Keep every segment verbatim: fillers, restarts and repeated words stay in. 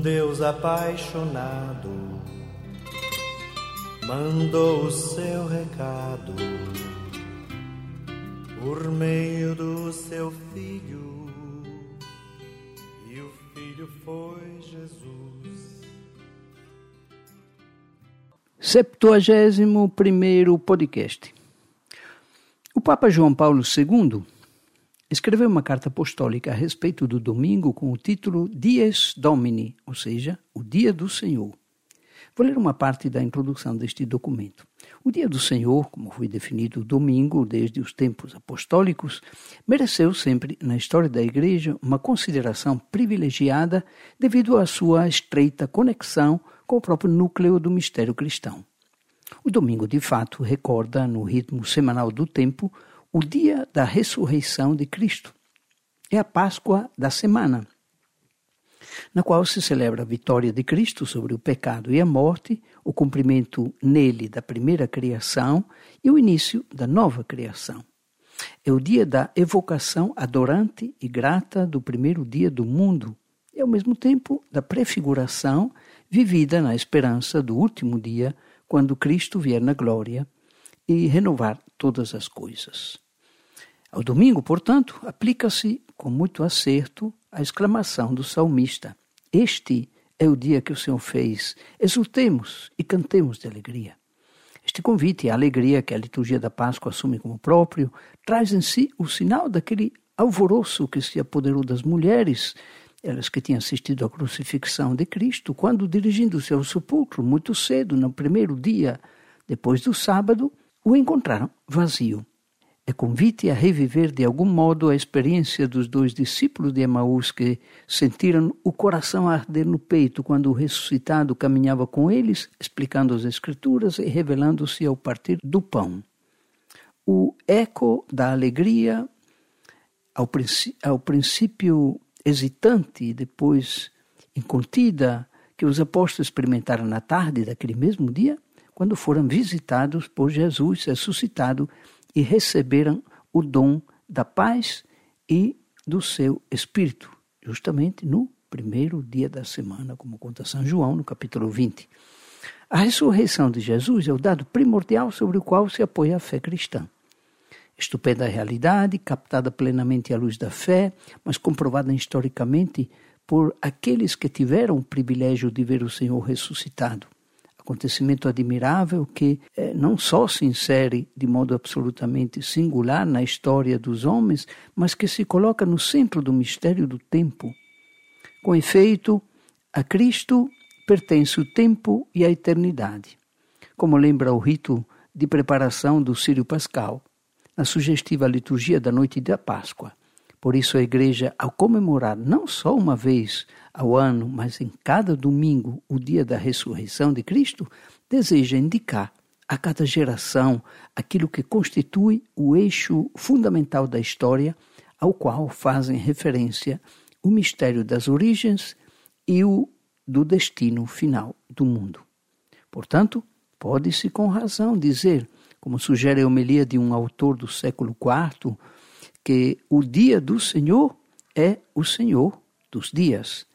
Deus apaixonado mandou o seu recado por meio do seu filho, e o filho foi Jesus. Septuagésimo primeiro podcast. O Papa João Paulo segundo escreveu uma carta apostólica a respeito do domingo com o título Dies Domini, ou seja, o Dia do Senhor. Vou ler uma parte da introdução deste documento. O Dia do Senhor, como foi definido o domingo desde os tempos apostólicos, mereceu sempre, na história da Igreja, uma consideração privilegiada devido à sua estreita conexão com o próprio núcleo do mistério cristão. O domingo, de fato, recorda, no ritmo semanal do tempo, o dia da ressurreição de Cristo. É a Páscoa da semana, na qual se celebra a vitória de Cristo sobre o pecado e a morte, o cumprimento nele da primeira criação e o início da nova criação. É o dia da evocação adorante e grata do primeiro dia do mundo e, ao mesmo tempo, da prefiguração vivida na esperança do último dia, quando Cristo vier na glória e renovar todas as coisas. Ao domingo, portanto, aplica-se com muito acerto a exclamação do salmista: Este é o dia que o Senhor fez, exultemos e cantemos de alegria. Este convite e a alegria que a liturgia da Páscoa assume como próprio traz em si o sinal daquele alvoroço que se apoderou das mulheres, elas que tinham assistido à crucifixão de Cristo, quando, dirigindo-se ao sepulcro muito cedo, no primeiro dia, depois do sábado, o encontraram vazio. É convite a reviver de algum modo a experiência dos dois discípulos de Emaús que sentiram o coração arder no peito quando o ressuscitado caminhava com eles, explicando as Escrituras e revelando-se ao partir do pão. O eco da alegria ao, princ- ao princípio hesitante e depois incontida que os apóstolos experimentaram na tarde daquele mesmo dia, quando foram visitados por Jesus ressuscitado e receberam o dom da paz e do seu Espírito, justamente no primeiro dia da semana, como conta São João, no capítulo vinte. A ressurreição de Jesus é o dado primordial sobre o qual se apoia a fé cristã. Estupenda realidade, captada plenamente à luz da fé, mas comprovada historicamente por aqueles que tiveram o privilégio de ver o Senhor ressuscitado. Acontecimento admirável que eh, não só se insere de modo absolutamente singular na história dos homens, mas que se coloca no centro do mistério do tempo. Com efeito, a Cristo pertence o tempo e a eternidade, como lembra o rito de preparação do Círio Pascal, na sugestiva liturgia da noite da Páscoa. Por isso a Igreja, ao comemorar não só uma vez ao ano, mas em cada domingo, o dia da ressurreição de Cristo, deseja indicar a cada geração aquilo que constitui o eixo fundamental da história, ao qual fazem referência o mistério das origens e o do destino final do mundo. Portanto, pode-se com razão dizer, como sugere a homilia de um autor do século quarto, que o dia do Senhor é o Senhor dos dias.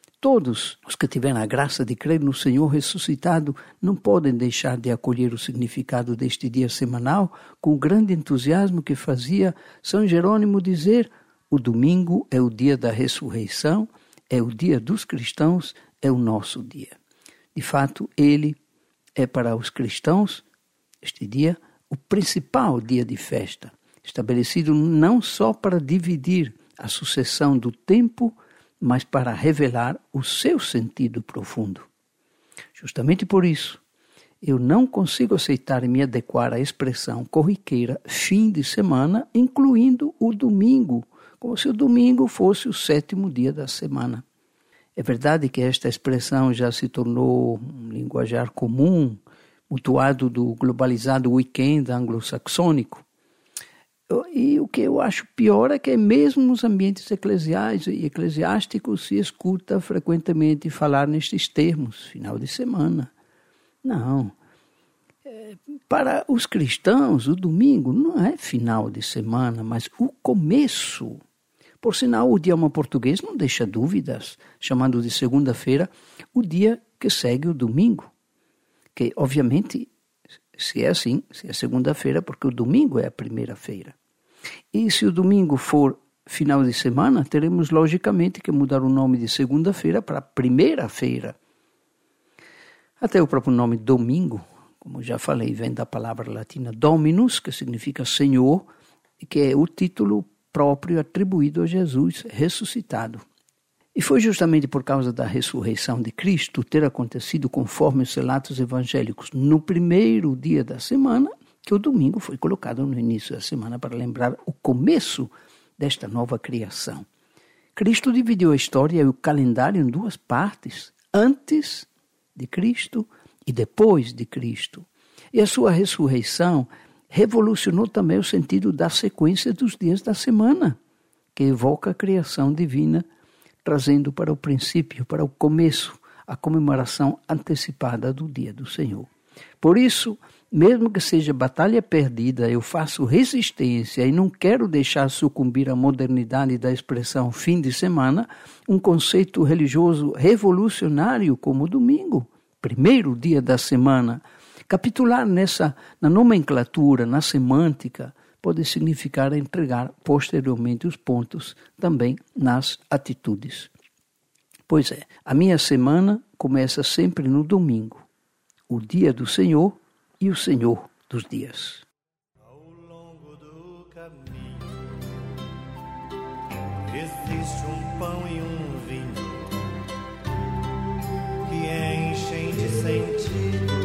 Todos os que tiveram a graça de crer no Senhor ressuscitado não podem deixar de acolher o significado deste dia semanal com o grande entusiasmo que fazia São Jerônimo dizer: o domingo é o dia da ressurreição, é o dia dos cristãos, é o nosso dia. De fato, ele é para os cristãos, este dia, o principal dia de festa, estabelecido não só para dividir a sucessão do tempo, mas para revelar o seu sentido profundo. Justamente por isso, eu não consigo aceitar e me adequar à expressão corriqueira fim de semana, incluindo o domingo, como se o domingo fosse o sétimo dia da semana. É verdade que esta expressão já se tornou um linguajar comum, mutuado do globalizado weekend anglo-saxônico. E o que eu acho pior é que mesmo nos ambientes eclesiais e eclesiásticos se escuta frequentemente falar nestes termos, final de semana. Não. É, para os cristãos, o domingo não é final de semana, mas o começo. Por sinal, o idioma português não deixa dúvidas, chamando de segunda-feira o dia que segue o domingo. Que, obviamente, se é assim, se é segunda-feira, porque o domingo é a primeira-feira. E se o domingo for final de semana, teremos logicamente que mudar o nome de segunda-feira para primeira-feira. Até o próprio nome domingo, como já falei, vem da palavra latina dominus, que significa Senhor, e que é o título próprio atribuído a Jesus ressuscitado. E foi justamente por causa da ressurreição de Cristo ter acontecido conforme os relatos evangélicos no primeiro dia da semana, que o domingo foi colocado no início da semana para lembrar o começo desta nova criação. Cristo dividiu a história e o calendário em duas partes, antes de Cristo e depois de Cristo. E a sua ressurreição revolucionou também o sentido da sequência dos dias da semana, que evoca a criação divina, trazendo para o princípio, para o começo, a comemoração antecipada do dia do Senhor. Por isso, mesmo que seja batalha perdida, eu faço resistência e não quero deixar sucumbir à modernidade da expressão fim de semana, um conceito religioso revolucionário como o domingo, primeiro dia da semana. Capitular nessa, na nomenclatura, na semântica, pode significar entregar posteriormente os pontos também nas atitudes. Pois é, a minha semana começa sempre no domingo, o dia do Senhor e o Senhor dos dias. Ao longo do caminho existe um pão e um vinho que enchem de sentido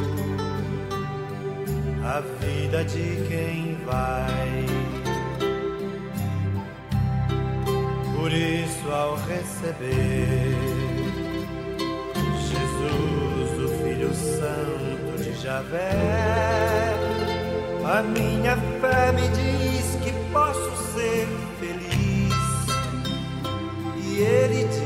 a vida de quem vai. Por isso, ao receber Jesus, o Filho Santo de Javé, a minha fé me diz que posso ser feliz. E Ele diz